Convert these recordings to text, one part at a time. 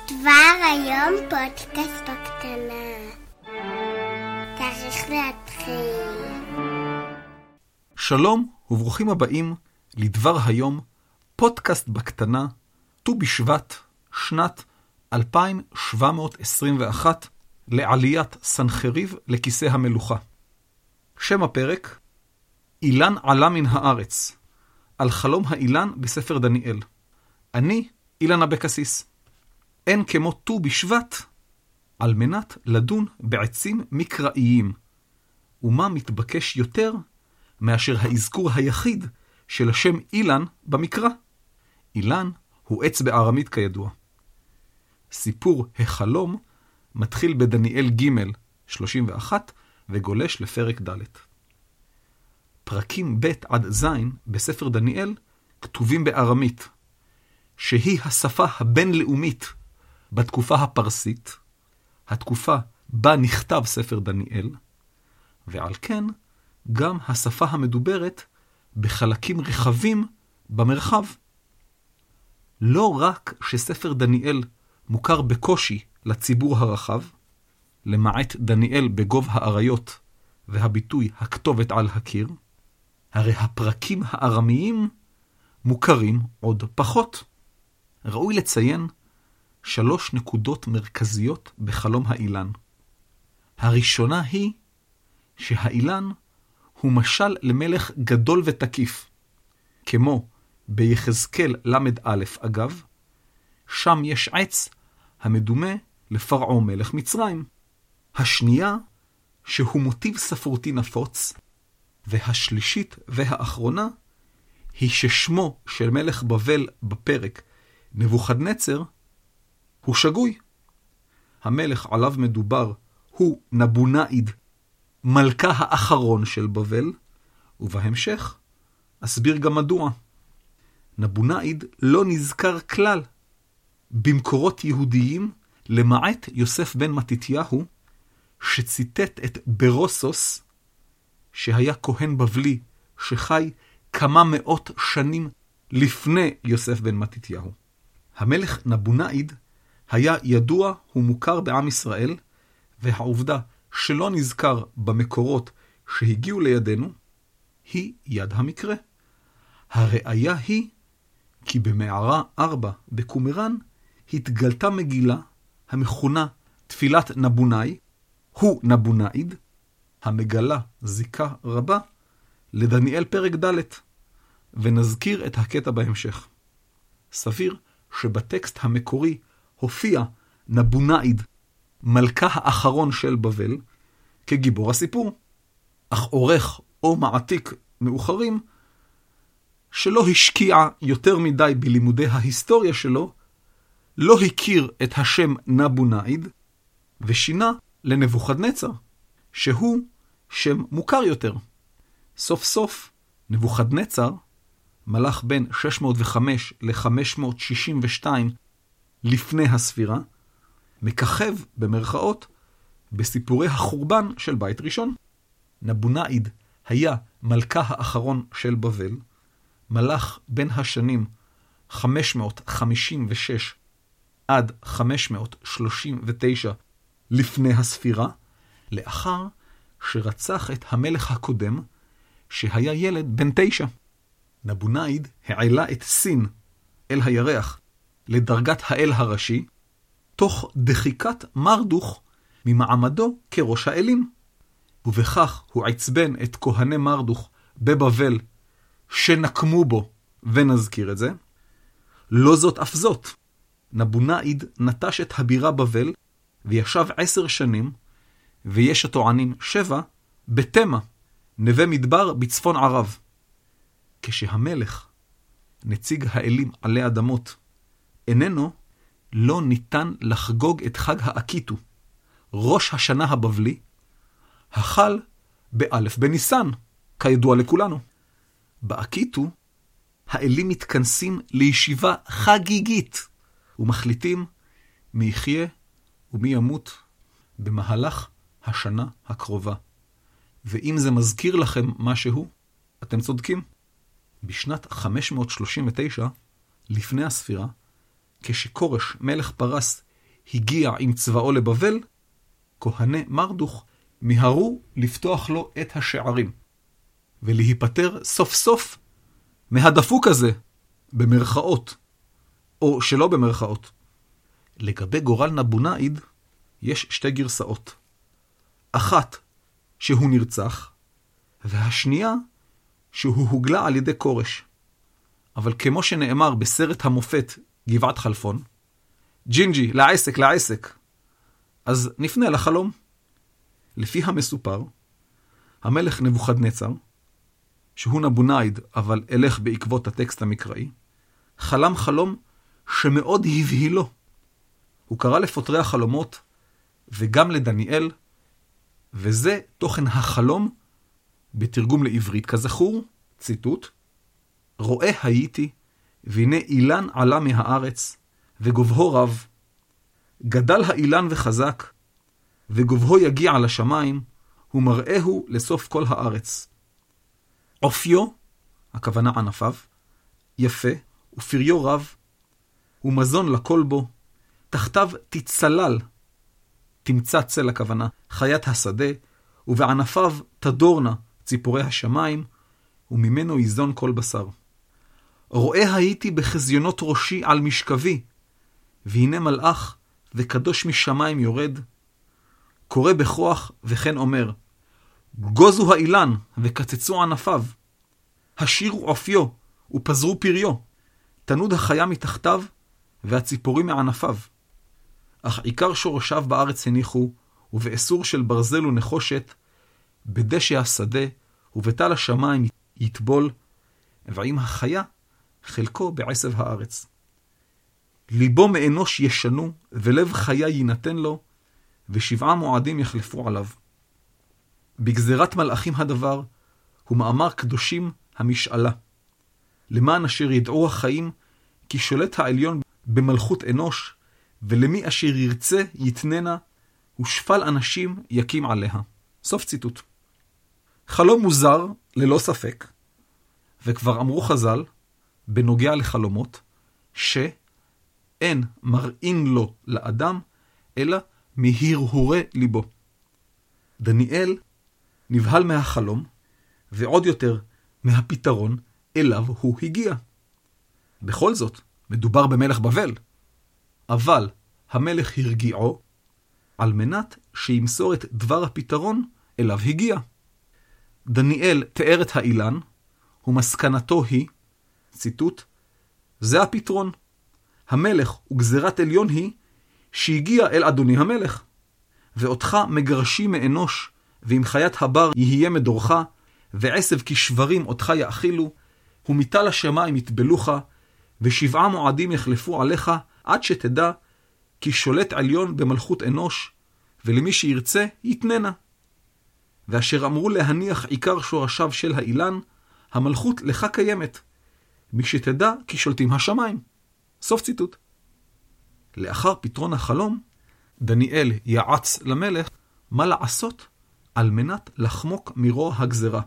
דבר היום פודקאסט בקטנה. צריך להתחיל. שלום וברוכים הבאים לדבר היום, פודקאסט בקטנה, ט"ו בשבט, שנת 2721, לעליית סנחריב לכיסא המלוכה. שם הפרק, אילן עלה מן הארץ, על חלום האילן בספר דניאל. אני אילן אבקסיס. אין כמו ט"ו בשבט על מנת לדון בעצים מקראיים, ומה מתבקש יותר מאשר האזכור היחיד של השם אילן במקרא. אילן הוא עץ בארמית כידוע. סיפור החלום מתחיל בדניאל ג' 31 וגולש לפרק ד'. פרקים ב' עד ז' בספר דניאל כתובים בארמית, שהיא השפה הבינלאומית בתקופה הפרסית, התקופה בה נכתב ספר דניאל, ועל כן גם השפה המדוברת בחלקים רחבים במרחב. לא רק שספר דניאל מוכר בקושי לציבור הרחב, למעט דניאל בגוב האריות והביטוי הכתובת על הקיר, הרי הפרקים הארמיים מוכרים עוד פחות. ראוי לציין 3 נקודות מרכזיות בחלום האילן. הראשונה היא שהאילן הוא משל למלך גדול ותקיף, כמו ביחזקאל למד א' אגב, שם יש עץ המדומה לפרעה מלך מצרים. השנייה, שהוא מוטיב ספרותי נפוץ, והשלישית והאחרונה, היא ששמו של מלך בבל בפרק נבוכדנצר הוא שגוי. המלך עליו מדובר הוא נבונאיד, מלכה האחרון של בבל, ובהמשך אסביר גם מדוע. נבונאיד לא נזכר כלל במקורות יהודיים, למעט יוסף בן מתתיהו, שציטט את ברוסוס, שהיה כהן בבלי שחי כמה מאות שנים לפני יוסף בן מתתיהו. המלך נבונאיד היה ידוע ומוכר בעם ישראל, והעובדה שלא נזכר במקורות שהגיעו לידינו, היא יד המקרה. הראיה היא כי במערה 4 בקומראן התגלתה מגילה המכונה תפילת נבונאי, הוא נבונאיד, המגלה זיקה רבה לדניאל פרק ד', ונזכיר את הקטע בהמשך. סביר שבטקסט המקורי הופיע נבונאיד, מלכה האחרון של בבל, כגיבור הסיפור, אך עורך או מעתיק מאוחרים, שלא השקיע יותר מדי בלימודי ההיסטוריה שלו, לא הכיר את השם נבונאיד, ושינה לנבוכדנצר, שהוא שם מוכר יותר. סוף סוף נבוכדנצר, מלך בין 605 ל-562 לפני הספירה, מככב במרכאות בסיפורי החורבן של בית ראשון. נבונאיד היה מלכה האחרון של בבל, מלך בין השנים 556 עד 539 לפני הספירה, לאחר שרצח את המלך הקודם, שהיה ילד בן 9. נבונאיד העלה את סין אל הירח לדרגת האל הראשי, תוך דחיקת מרדוך ממעמדו כראש האלים, ובכך הוא עצבן את כהני מרדוך בבבל שנקמו בו, ונזכיר את זה. לא זאת אף זאת, נבונאיד נטש את הבירה בבל וישב 10 שנים, ויש הטוענים 7 בתמה, נווה מדבר בצפון ערב. כשהמלך, נציג האלים עלי אדמות, איננו, לא ניתן לחגוג את חג האקיטו, ראש השנה הבבלי, החל באלף בניסן, כידוע לכולנו. באקיטו, האלים מתכנסים לישיבה חגיגית, ומחליטים מי יחיה ומי ימות במהלך השנה הקרובה. ואם זה מזכיר לכם משהו, אתם צודקים. בשנת 539, לפני הספירה, כשקורש מלך פרס הגיע עם צבאו לבבל, כהני מרדוך מיהרו לפתוח לו את השערים, ולהיפטר סוף סוף מהדפוק הזה, במרכאות, או שלא במרכאות. לגבי גורל נבונאיד, יש שתי גרסאות. אחת, שהוא נרצח, והשנייה, שהוא הוגלה על ידי קורש. אבל כמו שנאמר בסרט המופת גבעת חלפון, ג'ינג'י, לעסק, לעסק. אז נפנה לחלום. לפי המסופר, המלך נבוכדנצר, שהוא נבונאיד, אבל אלך בעקבות הטקסט המקראי, חלם חלום שמאוד הבהילו. הוא קרא לפותרי החלומות וגם לדניאל, וזה תוכן החלום בתרגום לעברית. כזכור, ציטוט, רואה הייתי, והנה אילן עלה מהארץ, וגובהו רב. גדל האילן וחזק, וגובהו יגיע לשמיים, ומראהו לסוף כל הארץ. אופיו, הכוונה ענפיו, יפה, ופריו רב, ומזון לכל בו, תחתיו תצלל, תמצא צל הכוונה, חיית השדה, ובענפיו תדורנה ציפורי השמיים, וממנו יזון כל בשר. רואה הייתי בחזיונות ראשי על משכבי, והנה מלאך וקדוש משמיים יורד, קורא בכוח וכן אומר, גוזו האילן וקצצו ענפיו, השירו אופיו ופזרו פריו, תנוד החיה מתחתיו והציפורים מענפיו. אך עיקר שורשיו בארץ הניחו, ובאסור של ברזל ונחושת, בדשא השדה ובטל השמיים יטבול, ועם החיה חלקו בעשב הארץ. ליבו מאנוש ישנו, ולב חיה יינתן לו, ו7 מועדים יחלפו עליו. בגזירת מלאכים הדבר, ומאמר קדושים המשאלה. למען אשר ידעו החיים, כי שולט העליון במלכות אנוש, ולמי אשר ירצה יתננה, ושפל אנשים יקים עליה. סוף ציטוט. חלום מוזר, ללא ספק, וכבר אמרו חז"ל, בנוגע לחלומות, שאין מראין לו לאדם, אלא מהרהורי ליבו. דניאל נבהל מהחלום, ועוד יותר מהפתרון אליו הוא הגיע. בכל זאת, מדובר במלך בבל, אבל המלך הרגיעו על מנת שימסור את דבר הפתרון אליו הגיע. דניאל תיאר את האילן, ומסקנתו היא, ציטוט, זה הפתרון. המלך וגזירת עליון היא שהגיע אל אדוני המלך. ואותך מגרשי מאנוש, ועם חיית הבר יהיה מדורך, ועשב כשברים אותך יאכילו, ומטל השמיים יטבלוך, ו7 מועדים יחלפו עליך, עד שתדע כי שולט עליון במלכות אנוש, ולמי שירצה יתננה. ואשר אמרו להניח עיקר שורשיו של האילן, המלכות לך קיימת, מי שתדע כי שולטים השמיים. סוף ציטוט. לאחר פתרון החלום, דניאל יעץ למלך מה לעשות על מנת לחמוק מרוע הגזרה.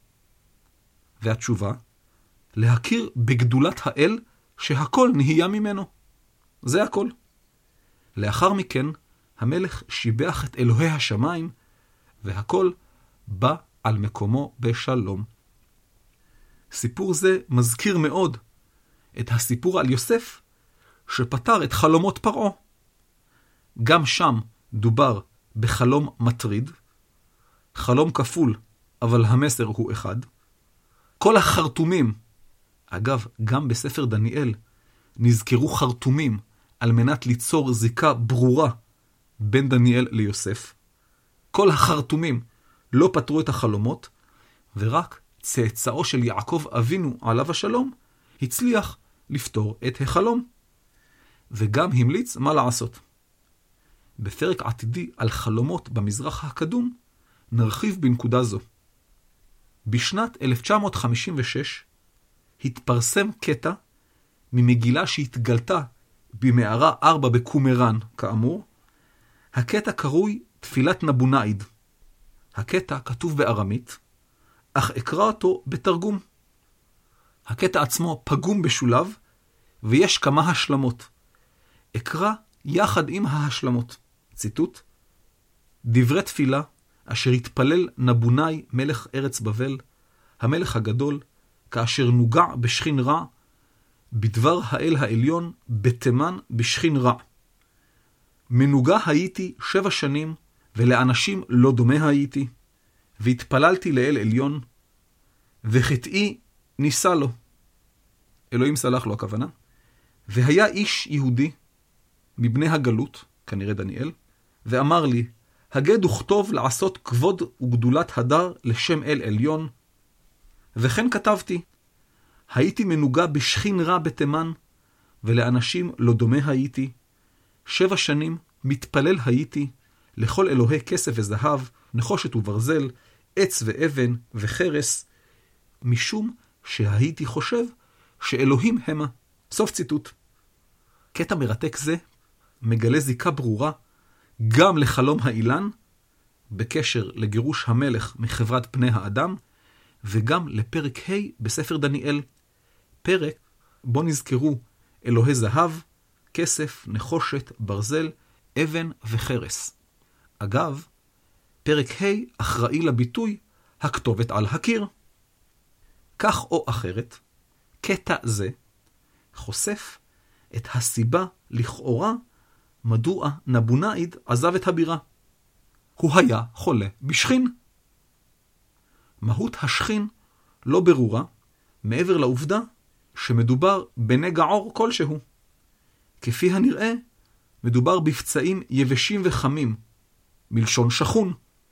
והתשובה, להכיר בגדולת האל שהכל נהיה ממנו. זה הכל. לאחר מכן, המלך שיבח את אלוהי השמיים, והכל בא על מקומו בשלום. סיפור זה מזכיר מאוד את הסיפור על יוסף, שפתר את חלומות פרעה. גם שם דובר בחלום מטריד, חלום כפול, אבל המסר הוא אחד. כל החרטומים, אגב, גם בספר דניאל, נזכרו חרטומים על מנת ליצור זיקה ברורה בין דניאל ליוסף. כל החרטומים לא פתרו את החלומות, ורק צאצאו של יעקב אבינו עליו השלום הצליח לפתור את החלום. וגם המליץ מה לעשות. בפרק עתידי על חלומות במזרח הקדום, נרחיב בנקודה זו. בשנת 1956 התפרסם קטע ממגילה שהתגלתה במערה 4 בקומראן, כאמור. הקטע קרוי תפילת נבונאיד. הקטע כתוב בארמית, אך אקרא אותו בתרגום. הקטע עצמו פגום בשולב, ויש כמה השלמות. אקרא יחד עם ההשלמות. ציטוט: דברי תפילה אשר התפלל נבונאי מלך ארץ בבל, המלך הגדול, כאשר נוגע בשכין רע, בדבר האל העליון בתימן בשכין רע. מנוגע הייתי 7 שנים, ולאנשים לא דומה הייתי, והתפללתי לאל עליון, וחטאי ניסה לו. אלוהים סלח לו הכוונה. והיה איש יהודי מבני הגלות, כנראה דניאל, ואמר לי, הגד וכתוב לעשות כבוד וגדולת הדר לשם אל עליון. וכן כתבתי, הייתי מנוגע בשכין רע בתימן, ולאנשים לא דומה הייתי. 7 שנים מתפלל הייתי לכל אלוהי כסף וזהב, נחושת וברזל, עץ ואבן וחרס, משום שהייתי חושב שאלוהים המה. סוף ציטוט. קטע מרתק זה מגלה זיקה ברורה גם לחלום האילן, בקשר לגירוש המלך מחברת פני האדם, וגם לפרק ה' בספר דניאל, פרק בו נזכרו אלוהי זהב, כסף, נחושת, ברזל, אבן וחרס. אגב, פרק ה' אחראי לביטוי הכתובת על הקיר. כך או אחרת, קטע זה חושף את הסיבה לכאורה מדוע נבונאיד עזב את הבירה. הוא היה חולה בשכין. מהות השכין לא ברורה, מעבר לעובדה שמדובר בנגע עור כלשהו. כפי הנראה, מדובר בפצעים יבשים וחמים, מלשון שכון.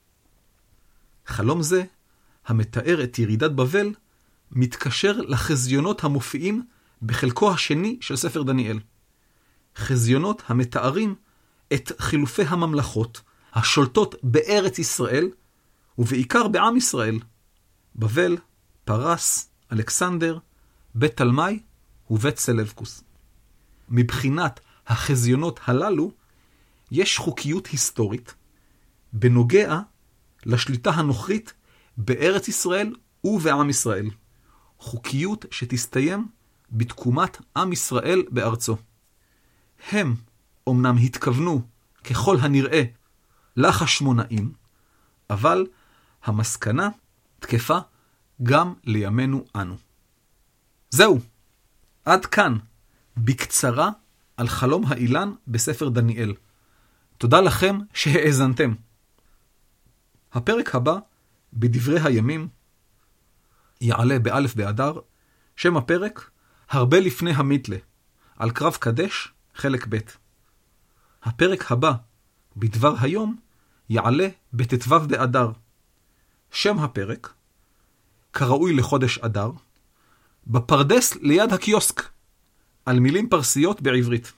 חלום זה, המתאר את ירידת בבל, מתקשר לחזיונות המופיעים בחלקו השני של ספר דניאל. חזיונות המתארים את חילופי הממלכות השולטות בארץ ישראל, ובעיקר בעם ישראל, בבל, פרס, אלכסנדר, בית תלמי ובית סלבקוס. מבחינת החזיונות הללו, יש חוקיות היסטורית בנוגע לשליטה הנוכרית בארץ ישראל ובעם ישראל. חוקיות שתסתיים בתקומת עם ישראל בארצו. הם אומנם התכוונו ככל הנראה לחשמונאים, אבל המסקנה תקפה גם לימינו אנו. זהו, עד כאן, בקצרה על חלום האילן בספר דניאל. תודה לכם שהאזנתם. הפרק הבא, בדברי הימים, יעלה באלף באדר, שם הפרק, הרבה לפני המיתלה, על קרב קדש, חלק ב'. הפרק הבא, בדבר היום, יעלה בתתוו באדר. שם הפרק, כראוי לחודש אדר, בפרדס ליד הקיוסק, על מילים פרסיות בעברית.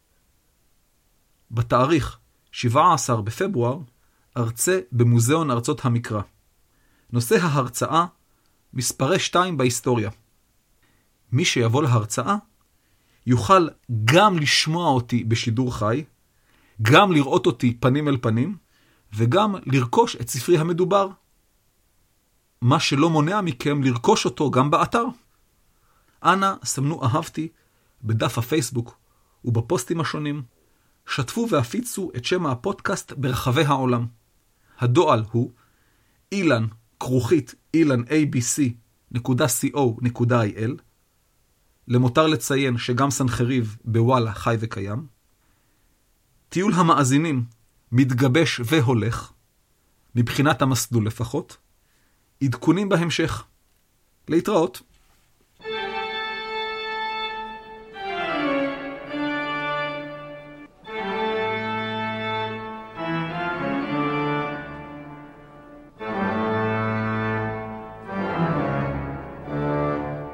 בתאריך 17 בפברואר, ארצה במוזיאון ארצות המקרא. נושא ההרצאה, מספרי 2 בהיסטוריה. מי שיבוא להרצאה, יוכל גם לשמוע אותי בשידור חי, גם לראות אותי פנים אל פנים, וגם לרכוש את ספרי המדובר. מה שלא מונע מכם לרכוש אותו גם באתר. אנא סמנו אהבתי בדף הפייסבוק ובפוסטים השונים. שתפו והפיצו את שם הפודקאסט ברחבי העולם. הדואל הוא ilan@ilanabc.co.il. למותר לציין שגם סנחריב בוואלה חי וקיים. טיול המאזינים מתגבש והולך, מבחינת המסלול לפחות. עדכונים בהמשך. להתראות.